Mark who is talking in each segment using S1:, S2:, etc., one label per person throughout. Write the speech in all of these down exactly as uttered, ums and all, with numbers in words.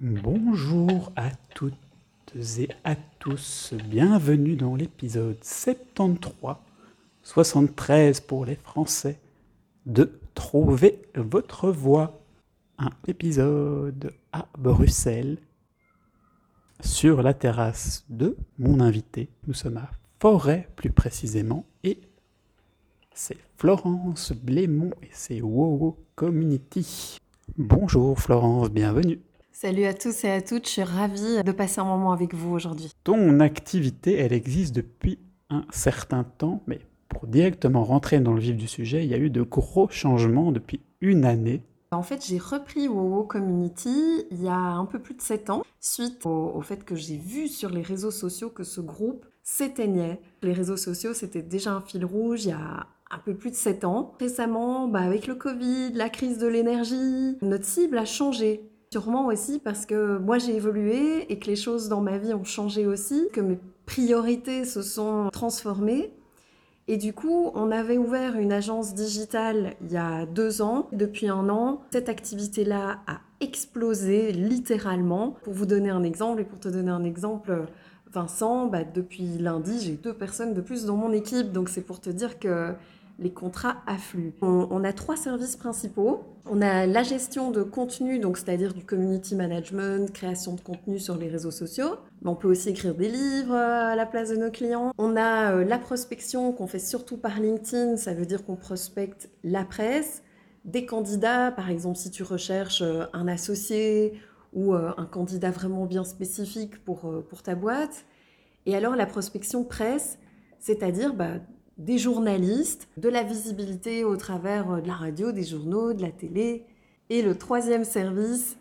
S1: Bonjour à toutes et à tous, bienvenue dans l'épisode soixante-treize, soixante-treize pour les Français, de Trouver votre voix. Un épisode à Bruxelles, sur la terrasse de mon invité. Nous sommes à Forêt plus précisément, et c'est Florence Blémont et c'est WoWo Community. Bonjour Florence, bienvenue.
S2: Salut à tous et à toutes, je suis ravie de passer un moment avec vous aujourd'hui.
S1: Ton activité, elle existe depuis un certain temps, mais pour directement rentrer dans le vif du sujet, il y a eu de gros changements depuis une année.
S2: En fait, j'ai repris WoWo Community il y a un peu plus de sept ans, suite au, au fait que j'ai vu sur les réseaux sociaux que ce groupe s'éteignait. Les réseaux sociaux, c'était déjà un fil rouge il y a un peu plus de sept ans. Récemment, bah, avec le Covid, la crise de l'énergie, notre cible a changé. Sûrement aussi parce que moi j'ai évolué et que les choses dans ma vie ont changé aussi, que mes priorités se sont transformées. Et du coup, on avait ouvert une agence digitale il y a deux ans. Depuis un an, cette activité-là a explosé littéralement. Pour vous donner un exemple, et pour te donner un exemple, Vincent, bah, depuis lundi, j'ai deux personnes de plus dans mon équipe. Donc c'est pour te dire que les contrats affluent. On, on a trois services principaux. On a la gestion de contenu, donc c'est-à-dire du community management, création de contenu sur les réseaux sociaux. Mais on peut aussi écrire des livres à la place de nos clients. On a euh, la prospection qu'on fait surtout par LinkedIn, ça veut dire qu'on prospecte la presse, des candidats, par exemple si tu recherches euh, un associé ou euh, un candidat vraiment bien spécifique pour, euh, pour ta boîte. Et alors la prospection presse, c'est-à-dire bah, des journalistes, de la visibilité au travers de la radio, des journaux, de la télé. Et le troisième service,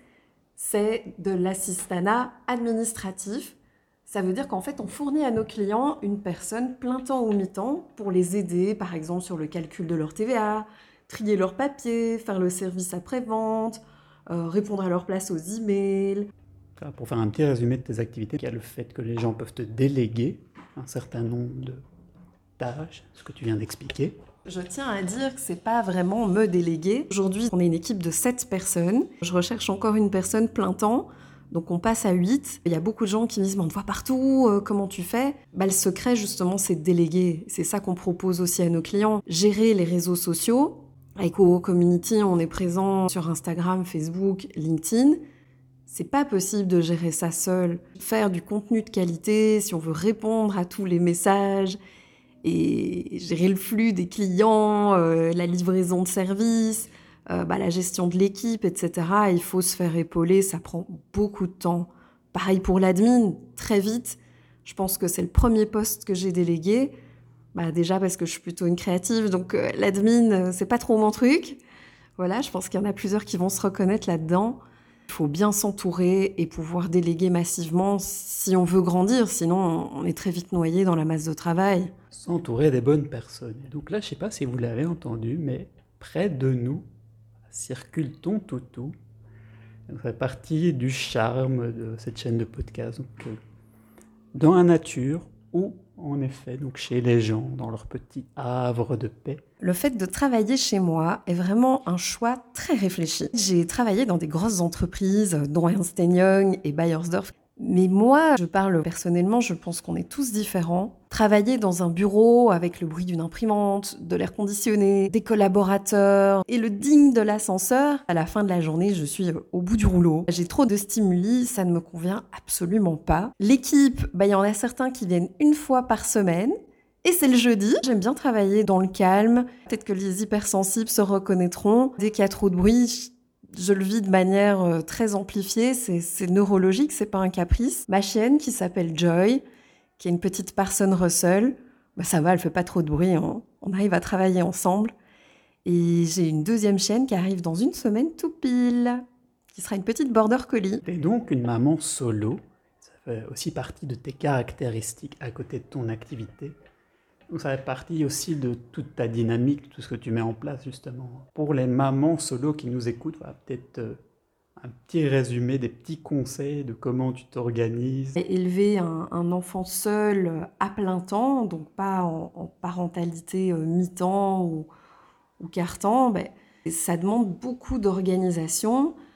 S2: c'est de l'assistanat administratif. Ça veut dire qu'en fait, on fournit à nos clients une personne plein temps ou mi-temps pour les aider, par exemple, sur le calcul de leur T V A, trier leurs papiers, faire le service après-vente, euh, répondre à leur place aux emails.
S1: Pour faire un petit résumé de tes activités, il y a le fait que les gens peuvent te déléguer un certain nombre de tâches, ce que tu viens d'expliquer.
S2: Je tiens à dire que c'est pas vraiment me déléguer. Aujourd'hui, on est une équipe de sept personnes. Je recherche encore une personne plein temps. Donc on passe à huit. Il y a beaucoup de gens qui me disent « mais on te voit partout, euh, comment tu fais ?» Bah, le secret, justement, c'est de déléguer. C'est ça qu'on propose aussi à nos clients. Gérer les réseaux sociaux. Avec WoWo Community, on est présent sur Instagram, Facebook, LinkedIn. C'est pas possible de gérer ça seul. Faire du contenu de qualité, si on veut répondre à tous les messages et gérer le flux des clients, euh, la livraison de services, euh, bah, la gestion de l'équipe, et cetera. Il faut se faire épauler, ça prend beaucoup de temps. Pareil pour l'admin, très vite. Je pense que c'est le premier poste que j'ai délégué. Bah, déjà parce que je suis plutôt une créative, donc euh, l'admin, euh, c'est pas trop mon truc. Voilà, je pense qu'il y en a plusieurs qui vont se reconnaître là-dedans. Il faut bien s'entourer et pouvoir déléguer massivement si on veut grandir, sinon on est très vite noyé dans la masse de travail.
S1: S'entourer des bonnes personnes. Et donc là, je ne sais pas si vous l'avez entendu, mais près de nous circule ton toutou. Ça fait partie du charme de cette chaîne de podcast. Donc, euh, dans la nature ou en effet donc chez les gens, dans leur petit havre de paix.
S2: Le fait de travailler chez moi est vraiment un choix très réfléchi. J'ai travaillé dans des grosses entreprises, dont Ernst and Young et Beiersdorf. Mais moi, je parle personnellement, je pense qu'on est tous différents. Travailler dans un bureau avec le bruit d'une imprimante, de l'air conditionné, des collaborateurs et le digne de l'ascenseur, à la fin de la journée, je suis au bout du rouleau. J'ai trop de stimuli, ça ne me convient absolument pas. L'équipe, bah, y en a certains qui viennent une fois par semaine. Et c'est le jeudi. J'aime bien travailler dans le calme. Peut-être que les hypersensibles se reconnaîtront. Dès qu'il y a trop de bruit, je le vis de manière euh, très amplifiée, c'est, c'est neurologique, c'est pas un caprice. Ma chienne qui s'appelle Joy, qui est une petite Parson Russell, bah ça va, elle fait pas trop de bruit, hein. On arrive à travailler ensemble. Et j'ai une deuxième chienne qui arrive dans une semaine tout pile, qui sera une petite border collie.
S1: Et donc une maman solo, ça fait aussi partie de tes caractéristiques à côté de ton activité. Donc ça fait partie aussi de toute ta dynamique, tout ce que tu mets en place justement. Pour les mamans solo qui nous écoutent, voilà, peut-être euh, un petit résumé, des petits conseils de comment tu t'organises.
S2: Élever un, un enfant seul à plein temps, donc pas en, en parentalité euh, mi-temps ou, ou quart-temps, ben, ça demande beaucoup d'organisation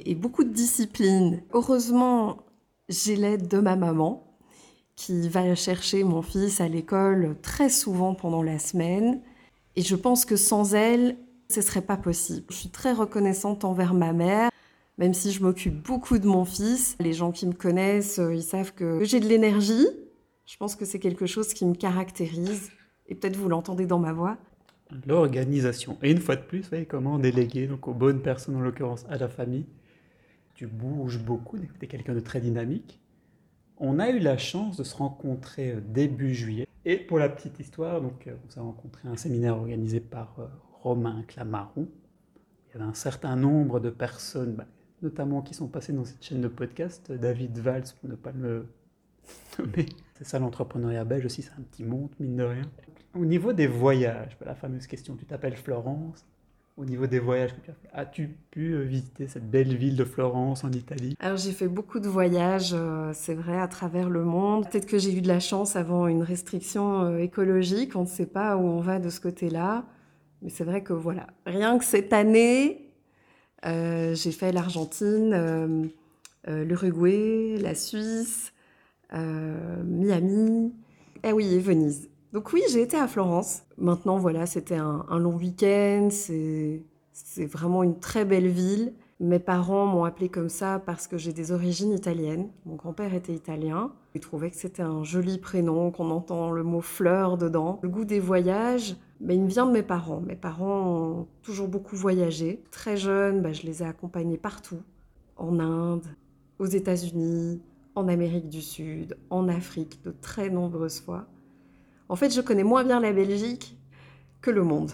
S2: et beaucoup de discipline. Heureusement, j'ai l'aide de ma maman qui va chercher mon fils à l'école très souvent pendant la semaine. Et je pense que sans elle, ce ne serait pas possible. Je suis très reconnaissante envers ma mère, même si je m'occupe beaucoup de mon fils. Les gens qui me connaissent, ils savent que j'ai de l'énergie. Je pense que c'est quelque chose qui me caractérise. Et peut-être vous l'entendez dans ma voix.
S1: L'organisation. Et une fois de plus, vous voyez comment déléguer donc aux bonnes personnes, en l'occurrence à la famille. Tu bouges beaucoup, tu es quelqu'un de très dynamique. On a eu la chance de se rencontrer début juillet. Et pour la petite histoire, donc, on s'est rencontré à un séminaire organisé par euh, Romain Clamaron. Il y avait un certain nombre de personnes, bah, notamment qui sont passées dans cette chaîne de podcast. David Valls, pour ne pas le nommer. C'est ça l'entrepreneuriat belge aussi, c'est un petit monde, mine de rien. Au niveau des voyages, la fameuse question, tu t'appelles Florence. Au niveau des voyages que tu as fait, as-tu pu visiter cette belle ville de Florence en Italie ?
S2: Alors j'ai fait beaucoup de voyages, euh, c'est vrai, à travers le monde. Peut-être que j'ai eu de la chance avant une restriction euh, écologique, on ne sait pas où on va de ce côté-là. Mais c'est vrai que voilà, rien que cette année, euh, j'ai fait l'Argentine, euh, euh, l'Uruguay, la Suisse, euh, Miami, ah oui, et Venise. Donc oui, j'ai été à Florence. Maintenant, voilà, c'était un, un long week-end, c'est, c'est vraiment une très belle ville. Mes parents m'ont appelée comme ça parce que j'ai des origines italiennes. Mon grand-père était italien. Ils trouvaient que c'était un joli prénom, qu'on entend le mot fleur dedans. Le goût des voyages, ben, il me vient de mes parents. Mes parents ont toujours beaucoup voyagé. Très jeunes, ben, je les ai accompagnés partout. En Inde, aux États-Unis, en Amérique du Sud, en Afrique, de très nombreuses fois. En fait, je connais moins bien la Belgique que le monde.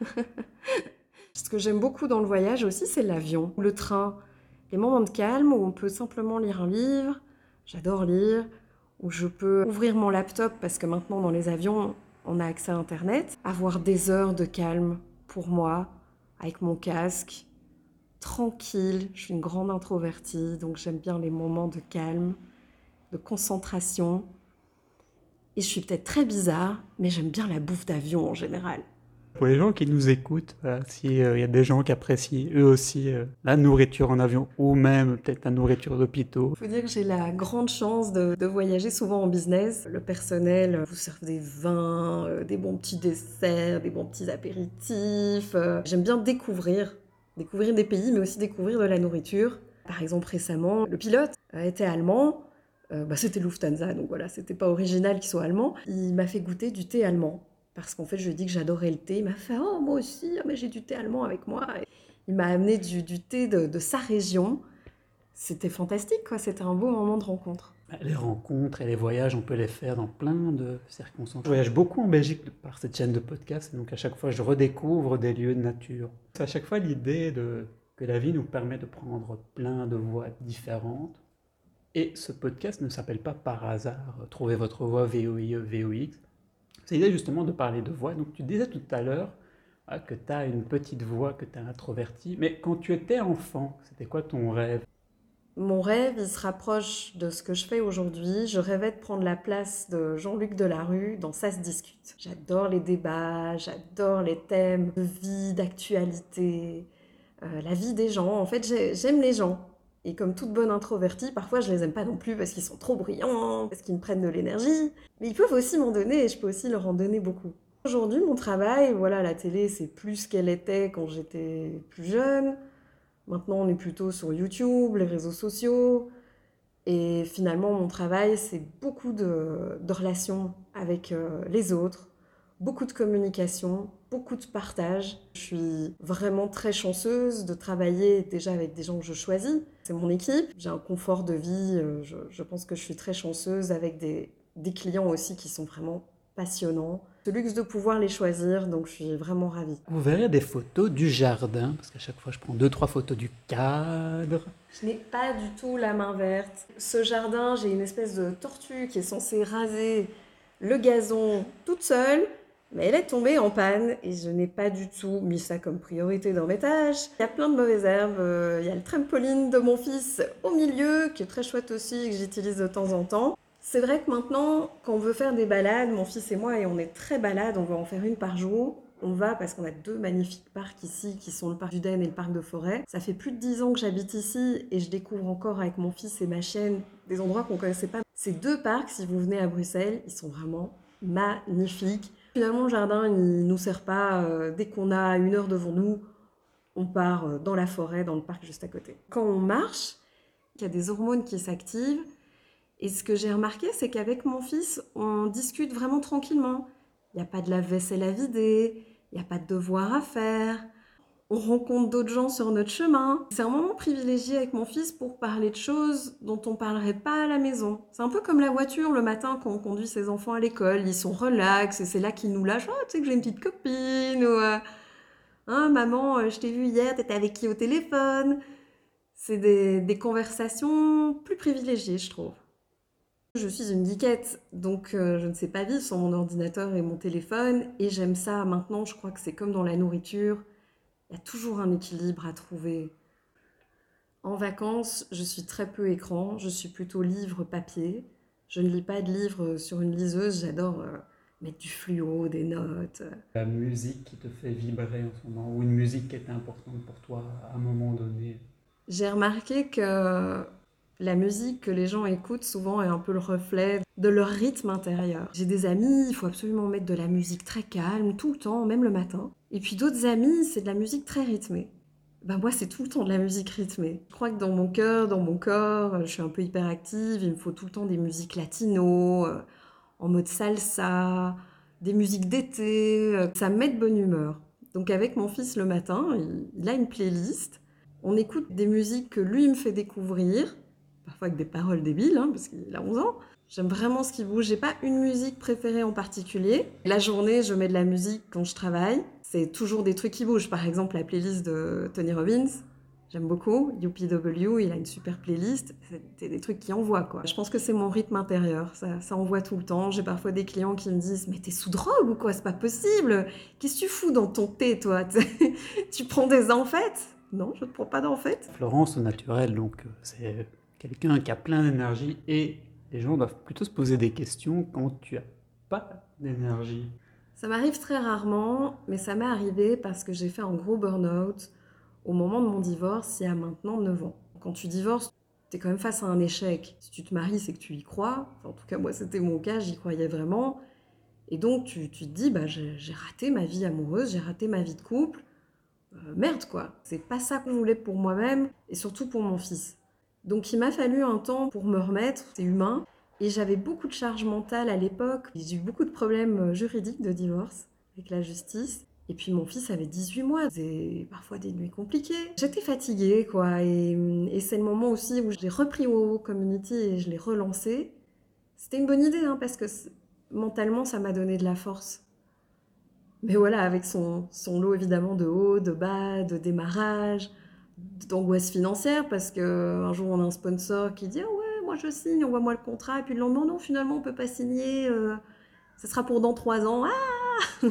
S2: Ce que j'aime beaucoup dans le voyage aussi, c'est l'avion, le train. Les moments de calme où on peut simplement lire un livre, j'adore lire, où je peux ouvrir mon laptop, parce que maintenant dans les avions, on a accès à Internet, avoir des heures de calme pour moi, avec mon casque, tranquille. Je suis une grande introvertie, donc j'aime bien les moments de calme, de concentration. Et je suis peut-être très bizarre, mais j'aime bien la bouffe d'avion en général.
S1: Pour les gens qui nous écoutent, voilà, s'il euh, y a des gens qui apprécient eux aussi euh, la nourriture en avion ou même peut-être la nourriture d'hôpitaux.
S2: Il faut dire que j'ai la grande chance de, de voyager souvent en business. Le personnel vous serve des vins, euh, des bons petits desserts, des bons petits apéritifs. Euh, j'aime bien découvrir, découvrir des pays, mais aussi découvrir de la nourriture. Par exemple, récemment, le pilote euh, était allemand. Euh, bah, c'était Lufthansa, donc voilà, c'était pas original qu'il soit allemand. Il m'a fait goûter du thé allemand, parce qu'en fait, je lui ai dit que j'adorais le thé. Il m'a fait « Oh, moi aussi, mais j'ai du thé allemand avec moi ». Il m'a amené du, du thé de, de sa région. C'était fantastique, quoi. C'était un beau moment de rencontre.
S1: Les rencontres et les voyages, on peut les faire dans plein de circonstances. Je voyage beaucoup en Belgique par cette chaîne de podcast, donc à chaque fois, je redécouvre des lieux de nature. C'est à chaque fois l'idée de, que la vie nous permet de prendre plein de voies différentes. Et ce podcast ne s'appelle pas par hasard « Trouvez votre voie V O I E, V O X ». C'est l'idée justement de parler de voix. Donc tu disais tout à l'heure ah, que tu as une petite voix, que tu es introverti. Mais quand tu étais enfant, c'était quoi ton rêve ?
S2: Mon rêve, il se rapproche de ce que je fais aujourd'hui. Je rêvais de prendre la place de Jean-Luc Delarue dans Ça se discute. J'adore les débats, j'adore les thèmes de vie, d'actualité, euh, la vie des gens. En fait, j'ai, j'aime les gens. Et comme toute bonne introvertie, parfois je les aime pas non plus parce qu'ils sont trop bruyants, parce qu'ils me prennent de l'énergie. Mais ils peuvent aussi m'en donner et je peux aussi leur en donner beaucoup. Aujourd'hui, mon travail, voilà, la télé, c'est plus ce qu'elle était quand j'étais plus jeune. Maintenant, on est plutôt sur YouTube, les réseaux sociaux. Et finalement, mon travail, c'est beaucoup de, de relations avec euh, les autres, beaucoup de communication, beaucoup de partage. Je suis vraiment très chanceuse de travailler déjà avec des gens que je choisis. C'est mon équipe. J'ai un confort de vie. Je, je pense que je suis très chanceuse avec des, des clients aussi qui sont vraiment passionnants. Ce luxe de pouvoir les choisir, donc je suis vraiment ravie.
S1: Vous verrez des photos du jardin, parce qu'à chaque fois je prends deux, trois photos du cadre.
S2: Je n'ai pas du tout la main verte. Ce jardin, j'ai une espèce de tortue qui est censée raser le gazon toute seule. Mais elle est tombée en panne et je n'ai pas du tout mis ça comme priorité dans mes tâches. Il y a plein de mauvaises herbes, il y a le trampoline de mon fils au milieu, qui est très chouette aussi, que j'utilise de temps en temps. C'est vrai que maintenant, quand on veut faire des balades, mon fils et moi, et on est très balades, on veut en faire une par jour, On va parce qu'on a deux magnifiques parcs ici qui sont le parc du Den et le parc de Forêt. Ça fait plus de dix ans que j'habite ici et je découvre encore avec mon fils et ma chienne des endroits qu'on ne connaissait pas. Ces deux parcs, si vous venez à Bruxelles, ils sont vraiment magnifiques. Finalement, le jardin, il ne nous sert pas. Euh, dès qu'on a une heure devant nous, on part dans la forêt, dans le parc juste à côté. Quand on marche, il y a des hormones qui s'activent. Et ce que j'ai remarqué, c'est qu'avec mon fils, on discute vraiment tranquillement. Il n'y a pas de lave-vaisselle à vider, il n'y a pas de devoir à faire. On rencontre d'autres gens sur notre chemin. C'est un moment privilégié avec mon fils pour parler de choses dont on ne parlerait pas à la maison. C'est un peu comme la voiture le matin quand on conduit ses enfants à l'école. Ils sont relax et c'est là qu'ils nous lâchent. Oh, tu sais que j'ai une petite copine ou euh, hein, maman, je t'ai vu hier, t'étais avec qui au téléphone? C'est des, des conversations plus privilégiées, je trouve. Je suis une geekette, donc euh, je ne sais pas vivre sans mon ordinateur et mon téléphone. Et j'aime ça maintenant, je crois que c'est comme dans la nourriture. Il y a toujours un équilibre à trouver. En vacances, je suis très peu écran, je suis plutôt livre papier. Je ne lis pas de livres sur une liseuse, j'adore euh, mettre du fluo, des notes.
S1: La musique qui te fait vibrer en ce moment, ou une musique qui était importante pour toi à un moment donné.
S2: J'ai remarqué que la musique que les gens écoutent souvent est un peu le reflet de leur rythme intérieur. J'ai des amis, il faut absolument mettre de la musique très calme, tout le temps, même le matin. Et puis d'autres amis, c'est de la musique très rythmée. Ben moi, c'est tout le temps de la musique rythmée. Je crois que dans mon cœur, dans mon corps, je suis un peu hyperactive, il me faut tout le temps des musiques latino, euh, en mode salsa, des musiques d'été, euh, ça me met de bonne humeur. Donc avec mon fils le matin, il, il a une playlist. On écoute des musiques que lui me fait découvrir, parfois avec des paroles débiles, hein, parce qu'il a onze ans. J'aime vraiment ce qui bouge. J'ai pas une musique préférée en particulier. La journée, je mets de la musique quand je travaille. C'est toujours des trucs qui bougent. Par exemple, la playlist de Tony Robbins, j'aime beaucoup. U P W, il a une super playlist. C'est des trucs qui envoient, quoi. Je pense que c'est mon rythme intérieur. Ça, ça envoie tout le temps. J'ai parfois des clients qui me disent « Mais t'es sous drogue ou quoi? C'est pas possible. Qu'est-ce que tu fous dans ton thé, toi? Tu prends des amphètes ?» Non, je ne prends pas d'amphètes.
S1: Florence, au naturel, donc c'est quelqu'un qui a plein d'énergie et les gens doivent plutôt se poser des questions quand tu n'as pas d'énergie.
S2: Ça m'arrive très rarement, mais ça m'est arrivé parce que j'ai fait un gros burn-out au moment de mon divorce il y a maintenant neuf ans. Quand tu divorces, tu es quand même face à un échec. Si tu te maries, c'est que tu y crois. Enfin, en tout cas, moi, c'était mon cas, j'y croyais vraiment. Et donc, tu, tu te dis, bah, j'ai, j'ai raté ma vie amoureuse, j'ai raté ma vie de couple. Euh, merde, quoi. C'est pas ça que je voulais pour moi-même et surtout pour mon fils. Donc, il m'a fallu un temps pour me remettre, c'est humain. Et j'avais beaucoup de charge mentale à l'époque. J'ai eu beaucoup de problèmes juridiques de divorce avec la justice. Et puis mon fils avait dix-huit mois, c'est parfois des nuits compliquées. J'étais fatiguée, quoi. Et, et c'est le moment aussi où je l'ai repris au Community et je l'ai relancé. C'était une bonne idée, hein, parce que mentalement, ça m'a donné de la force. Mais voilà, avec son, son lot évidemment de hauts, de bas, de démarrage, d'angoisse financière, parce qu'un jour on a un sponsor qui dit « Ah ouais, moi je signe, envoie-moi le contrat », et puis le lendemain « Non, finalement on peut pas signer, euh, ça sera pour dans trois ans. » Ah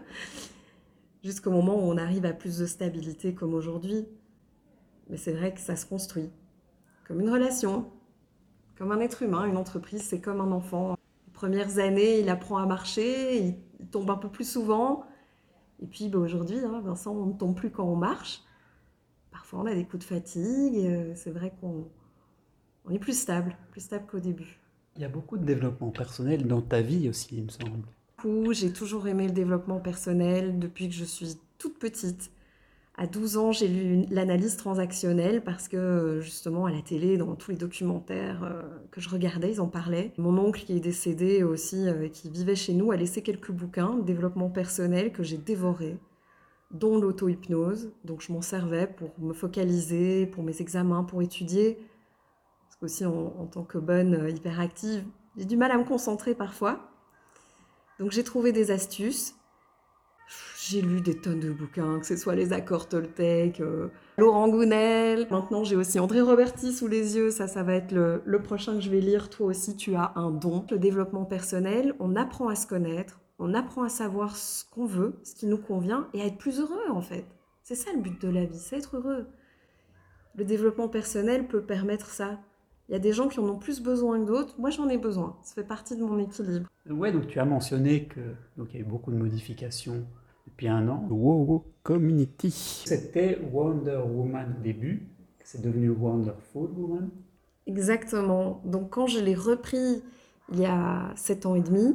S2: Jusqu'au moment où on arrive à plus de stabilité comme aujourd'hui. Mais c'est vrai que ça se construit. Comme une relation, comme un être humain, une entreprise, c'est comme un enfant. Les premières années, il apprend à marcher, il, il tombe un peu plus souvent. Et puis bah, aujourd'hui, hein, Vincent, on ne tombe plus quand on marche. Parfois, on a des coups de fatigue. C'est vrai qu'on on est plus stable, plus stable qu'au début.
S1: Il y a beaucoup de développement personnel dans ta vie aussi, il me semble.
S2: J'ai toujours aimé le développement personnel depuis que je suis toute petite. À douze ans, j'ai lu l'analyse transactionnelle parce que justement à la télé, dans tous les documentaires euh, que je regardais, ils en parlaient. Mon oncle qui est décédé aussi, euh, qui vivait chez nous, a laissé quelques bouquins de développement personnel que j'ai dévorés, dont l'auto-hypnose. Donc je m'en servais pour me focaliser, pour mes examens, pour étudier. Parce qu'aussi en, en tant que bonne euh, hyperactive, j'ai du mal à me concentrer parfois. Donc j'ai trouvé des astuces. J'ai lu des tonnes de bouquins, que ce soit les accords Toltec, euh, Laurent Gounel. Maintenant, j'ai aussi André Roberti sous les yeux. Ça, ça va être le, le prochain que je vais lire. Toi aussi, tu as un don. Le développement personnel, on apprend à se connaître, on apprend à savoir ce qu'on veut, ce qui nous convient, et à être plus heureux, en fait. C'est ça le but de la vie, c'est être heureux. Le développement personnel peut permettre ça. Il y a des gens qui en ont plus besoin que d'autres. Moi, j'en ai besoin. Ça fait partie de mon équilibre.
S1: Ouais, donc tu as mentionné que donc il y a eu beaucoup de modifications depuis un an, WoWo Community. C'était Wonder Woman au début, c'est devenu Wonderful Woman.
S2: Exactement. Donc quand je l'ai repris il y a sept ans et demi,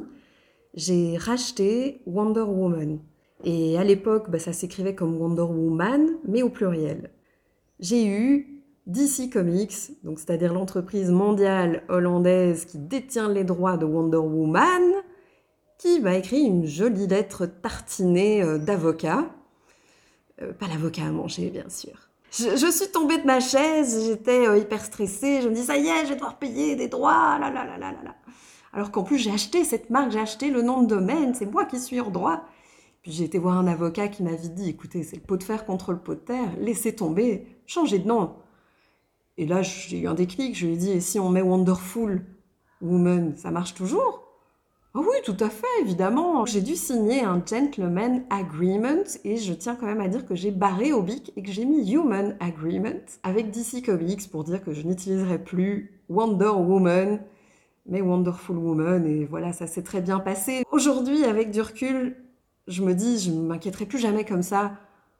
S2: j'ai racheté Wonder Woman. Et à l'époque, bah, ça s'écrivait comme Wonder Woman, mais au pluriel. J'ai eu D C Comics, donc c'est-à-dire l'entreprise mondiale hollandaise qui détient les droits de Wonder Woman, qui m'a écrit une jolie lettre tartinée euh, d'avocat. Euh, pas l'avocat à manger, bien sûr. Je, je suis tombée de ma chaise, j'étais euh, hyper stressée, je me dis ça y est, je vais devoir payer des droits, là là là là là là. Alors qu'en plus j'ai acheté cette marque, j'ai acheté le nom de domaine, c'est moi qui suis en droit. Puis j'ai été voir un avocat qui m'avait dit, écoutez, c'est le pot de fer contre le pot de terre, laissez tomber, changez de nom. Et là j'ai eu un déclic, je lui ai dit, et si on met Wonderful Woman, ça marche toujours ? Ah oui, tout à fait, évidemment. J'ai dû signer un gentleman agreement et je tiens quand même à dire que j'ai barré au bic et que j'ai mis human agreement avec D C Comics pour dire que je n'utiliserai plus Wonder Woman, mais Wonderful Woman. Et voilà, ça s'est très bien passé. Aujourd'hui, avec du recul, je me dis, je ne m'inquiéterai plus jamais comme ça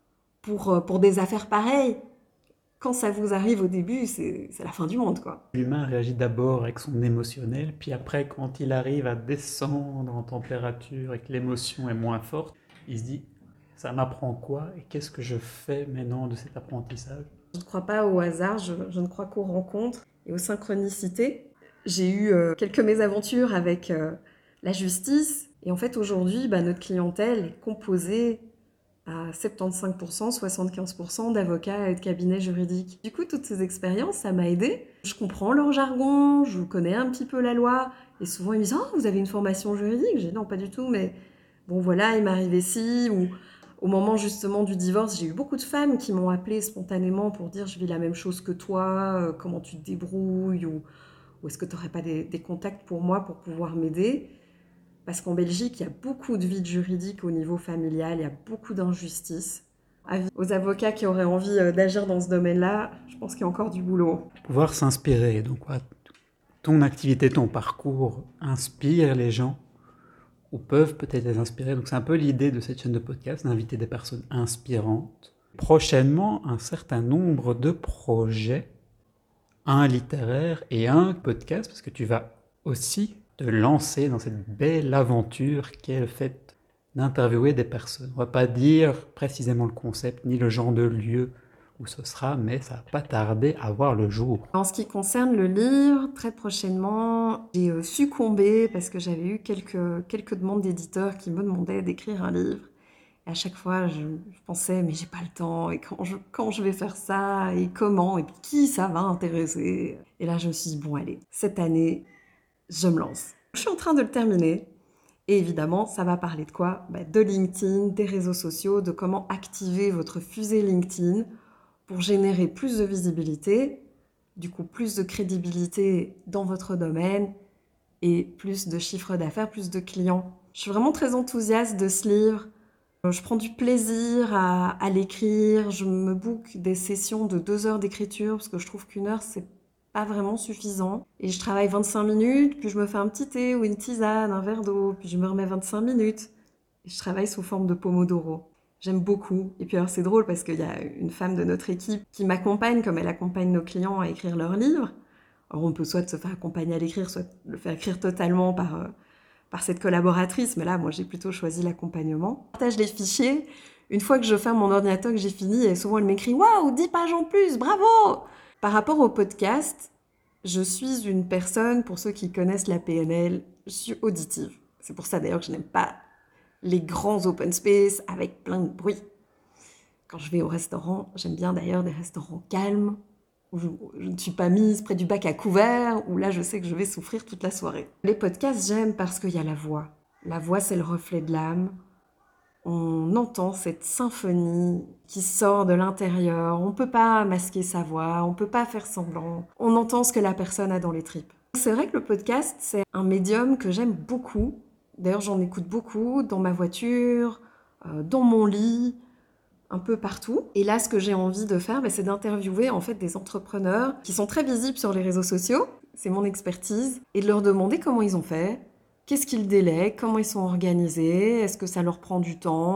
S2: pour, pour des affaires pareilles. Quand ça vous arrive au début, c'est, c'est la fin du monde, quoi.
S1: L'humain réagit d'abord avec son émotionnel, puis après, quand il arrive à descendre en température et que l'émotion est moins forte, il se dit « ça m'apprend quoi et qu'est-ce que je fais maintenant de cet apprentissage ?»
S2: Je ne crois pas au hasard, je, je ne crois qu'aux rencontres et aux synchronicités. J'ai eu euh, quelques mésaventures avec euh, la justice, et en fait aujourd'hui, bah, notre clientèle est composée à soixante-quinze pour cent, soixante-quinze pour cent d'avocats et de cabinets juridiques. Du coup, toutes ces expériences, ça m'a aidée. Je comprends leur jargon, je connais un petit peu la loi, et souvent ils me disent « Oh, vous avez une formation juridique ?» J'ai dit « Non, pas du tout, mais bon voilà, il m'arrive ci », ou au moment justement du divorce, j'ai eu beaucoup de femmes qui m'ont appelée spontanément pour dire « Je vis la même chose que toi, euh, comment tu te débrouilles ?» ou, ou « Est-ce que tu n'aurais pas des, des contacts pour moi pour pouvoir m'aider ?» Parce qu'en Belgique, il y a beaucoup de vide juridique au niveau familial, il y a beaucoup d'injustices. Aux avocats qui auraient envie d'agir dans ce domaine-là, je pense qu'il y a encore du boulot.
S1: Pouvoir s'inspirer, donc ouais, ton activité, ton parcours inspire les gens, ou peuvent peut-être les inspirer. Donc c'est un peu l'idée de cette chaîne de podcast, d'inviter des personnes inspirantes. Prochainement, un certain nombre de projets, un littéraire et un podcast, parce que tu vas aussi te lancer dans cette belle aventure qui est le fait d'interviewer des personnes. On ne va pas dire précisément le concept ni le genre de lieu où ce sera, mais ça ne va pas tarder à voir le jour.
S2: En ce qui concerne le livre, très prochainement, j'ai succombé parce que j'avais eu quelques, quelques demandes d'éditeurs qui me demandaient d'écrire un livre. Et à chaque fois, je, je pensais, mais j'ai pas le temps, et quand je, quand je vais faire ça, et comment, et puis qui ça va intéresser. Et là, je me suis dit, bon allez, cette année, je me lance. Je suis en train de le terminer. Et évidemment, ça va parler de quoi ? Bah, de LinkedIn, des réseaux sociaux, de comment activer votre fusée LinkedIn pour générer plus de visibilité, du coup plus de crédibilité dans votre domaine et plus de chiffre d'affaires, plus de clients. Je suis vraiment très enthousiaste de ce livre. Je prends du plaisir à, à l'écrire. Je me book des sessions de deux heures d'écriture parce que je trouve qu'une heure, c'est pas vraiment suffisant. Et je travaille vingt-cinq minutes, puis je me fais un petit thé ou une tisane, un verre d'eau, puis je me remets vingt-cinq minutes. Et je travaille sous forme de pomodoro. J'aime beaucoup. Et puis alors c'est drôle parce qu'il y a une femme de notre équipe qui m'accompagne comme elle accompagne nos clients à écrire leurs livres. Alors on peut soit se faire accompagner à l'écrire, soit le faire écrire totalement par, euh, par cette collaboratrice. Mais là, moi, j'ai plutôt choisi l'accompagnement. Je partage les fichiers. Une fois que je ferme mon ordinateur, que j'ai fini, et souvent elle m'écrit « Waouh, dix pages en plus, bravo !» Par rapport au podcast, je suis une personne, pour ceux qui connaissent la P N L, je suis auditive. C'est pour ça d'ailleurs que je n'aime pas les grands open space avec plein de bruit. Quand je vais au restaurant, j'aime bien d'ailleurs des restaurants calmes, où je, je ne suis pas mise près du bac à couvert, où là je sais que je vais souffrir toute la soirée. Les podcasts, j'aime parce qu'il y a la voix. La voix, c'est le reflet de l'âme. On entend cette symphonie qui sort de l'intérieur. On ne peut pas masquer sa voix, on ne peut pas faire semblant. On entend ce que la personne a dans les tripes. C'est vrai que le podcast, c'est un médium que j'aime beaucoup. D'ailleurs, j'en écoute beaucoup dans ma voiture, euh, dans mon lit, un peu partout. Et là, ce que j'ai envie de faire, bah, c'est d'interviewer en fait des entrepreneurs qui sont très visibles sur les réseaux sociaux. C'est mon expertise. Et de leur demander comment ils ont fait, qu'est-ce qu'ils délèguent, comment ils sont organisés, est-ce que ça leur prend du temps.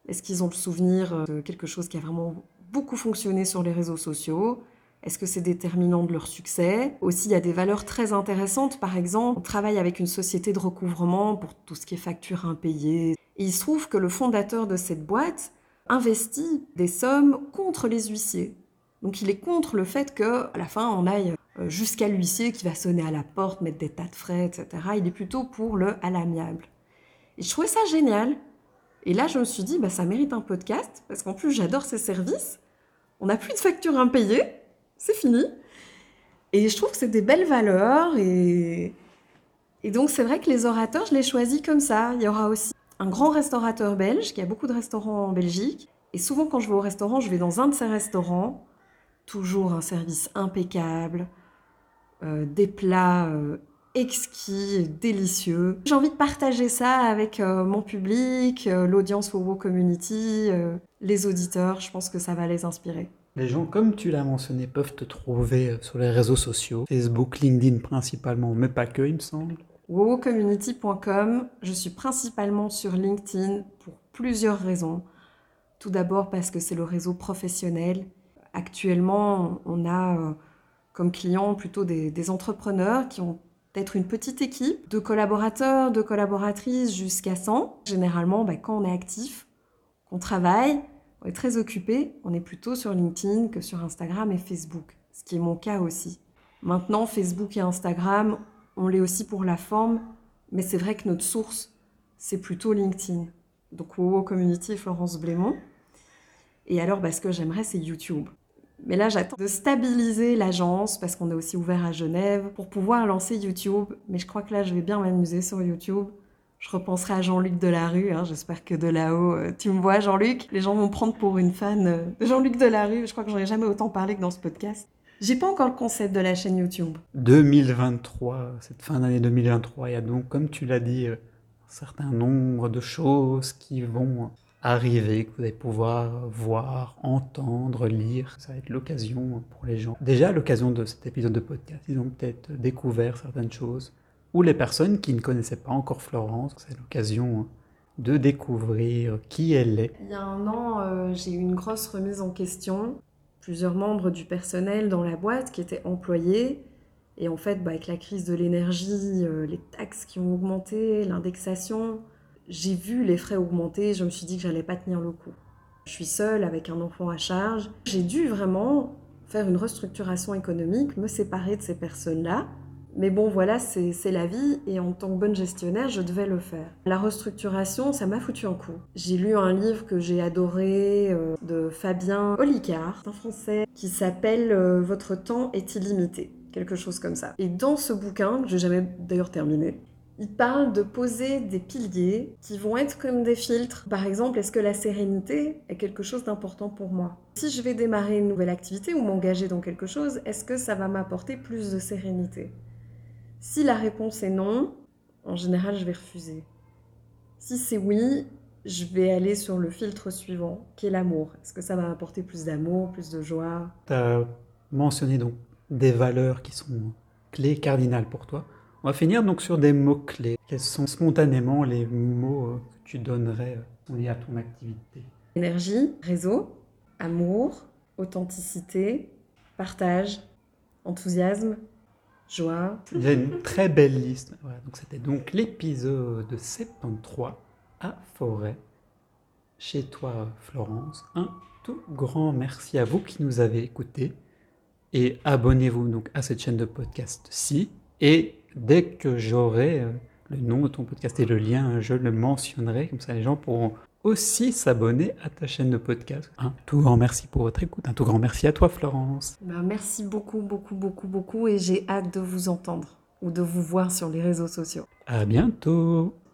S2: Est-ce qu'ils ont le souvenir de quelque chose qui a vraiment beaucoup fonctionné sur les réseaux sociaux ? Est-ce que c'est déterminant de leur succès ? Aussi, il y a des valeurs très intéressantes. Par exemple, on travaille avec une société de recouvrement pour tout ce qui est factures impayées. Et il se trouve que le fondateur de cette boîte investit des sommes contre les huissiers. Donc il est contre le fait qu'à la fin, on aille jusqu'à l'huissier qui va sonner à la porte, mettre des tas de frais, et cetera. Il est plutôt pour le à l'amiable. Et je trouvais ça génial. Et là, je me suis dit, bah, ça mérite un podcast, parce qu'en plus, j'adore ces services. On n'a plus de factures impayées, c'est fini. Et je trouve que c'est des belles valeurs. Et, et donc, c'est vrai que les orateurs, je les choisis comme ça. Il y aura aussi un grand restaurateur belge, qui a beaucoup de restaurants en Belgique. Et souvent, quand je vais au restaurant, je vais dans un de ces restaurants. Toujours un service impeccable, euh, des plats euh, exquis, délicieux. J'ai envie de partager ça avec euh, mon public, euh, l'audience WoWo Community, euh, les auditeurs. Je pense que ça va les inspirer.
S1: Les gens, comme tu l'as mentionné, peuvent te trouver sur les réseaux sociaux, Facebook, LinkedIn principalement, mais pas que, il me semble.
S2: wowo community point com, je suis principalement sur LinkedIn pour plusieurs raisons. Tout d'abord parce que c'est le réseau professionnel. Actuellement, on a euh, comme clients plutôt des, des entrepreneurs qui ont peut-être une petite équipe de collaborateurs, de collaboratrices jusqu'à cent. Généralement, bah, quand on est actif, qu'on travaille, on est très occupé, on est plutôt sur LinkedIn que sur Instagram et Facebook, ce qui est mon cas aussi. Maintenant, Facebook et Instagram, on l'est aussi pour la forme, mais c'est vrai que notre source, c'est plutôt LinkedIn. Donc, WoWo Community et Florence Blémont. Et alors, bah, ce que j'aimerais, c'est YouTube. Mais là, j'attends de stabiliser l'agence, parce qu'on est aussi ouvert à Genève, pour pouvoir lancer YouTube. Mais je crois que là, je vais bien m'amuser sur YouTube. Je repenserai à Jean-Luc Delarue. Hein. J'espère que de là-haut, euh, tu me vois, Jean-Luc. Les gens vont me prendre pour une fan euh, de Jean-Luc Delarue. Je crois que j'en ai jamais autant parlé que dans ce podcast. J'ai pas encore le concept de la chaîne YouTube.
S1: deux mille vingt-trois, cette fin d'année deux mille vingt-trois, il y a donc, comme tu l'as dit, un certain nombre de choses qui vont arriver, que vous allez pouvoir voir, entendre, lire. Ça va être l'occasion pour les gens. Déjà, à l'occasion de cet épisode de podcast, ils ont peut-être découvert certaines choses. Ou les personnes qui ne connaissaient pas encore Florence, c'est l'occasion de découvrir qui elle est.
S2: Il y a un an, euh, j'ai eu une grosse remise en question. Plusieurs membres du personnel dans la boîte qui étaient employés. Et en fait, bah, avec la crise de l'énergie, euh, les taxes qui ont augmenté, l'indexation, j'ai vu les frais augmenter. Je me suis dit que j'allais pas tenir le coup. Je suis seule avec un enfant à charge. J'ai dû vraiment faire une restructuration économique, me séparer de ces personnes-là. Mais bon, voilà, c'est, c'est la vie, et en tant que bonne gestionnaire, je devais le faire. La restructuration, ça m'a foutu un coup. J'ai lu un livre que j'ai adoré, euh, de Fabien Olicard, un Français, qui s'appelle euh, « Votre temps est illimité », quelque chose comme ça. Et dans ce bouquin, que j'ai jamais d'ailleurs terminé, il parle de poser des piliers qui vont être comme des filtres. Par exemple, est-ce que la sérénité est quelque chose d'important pour moi ? Si je vais démarrer une nouvelle activité ou m'engager dans quelque chose, est-ce que ça va m'apporter plus de sérénité ? Si la réponse est non, en général, je vais refuser. Si c'est oui, je vais aller sur le filtre suivant, qui est l'amour. Est-ce que ça va m'apporter plus d'amour, plus de joie ?
S1: Tu as mentionné donc des valeurs qui sont clés, cardinales pour toi. On va finir donc sur des mots-clés. Quels sont spontanément les mots que tu donnerais liés à ton activité ?
S2: Énergie, réseau, amour, authenticité, partage, enthousiasme, joie.
S1: J'ai une très belle liste. Voilà, donc c'était donc l'épisode soixante-treize à Forêt. Chez toi, Florence. Un tout grand merci à vous qui nous avez écoutés. Et abonnez-vous donc à cette chaîne de podcast-ci. Et dès que j'aurai le nom de ton podcast et le lien, je le mentionnerai. Comme ça, les gens pourront aussi s'abonner à ta chaîne de podcast. Un tout grand merci pour votre écoute. Un tout grand merci à toi, Florence.
S2: Ben, merci beaucoup, beaucoup, beaucoup, beaucoup. Et j'ai hâte de vous entendre ou de vous voir sur les réseaux sociaux.
S1: À bientôt.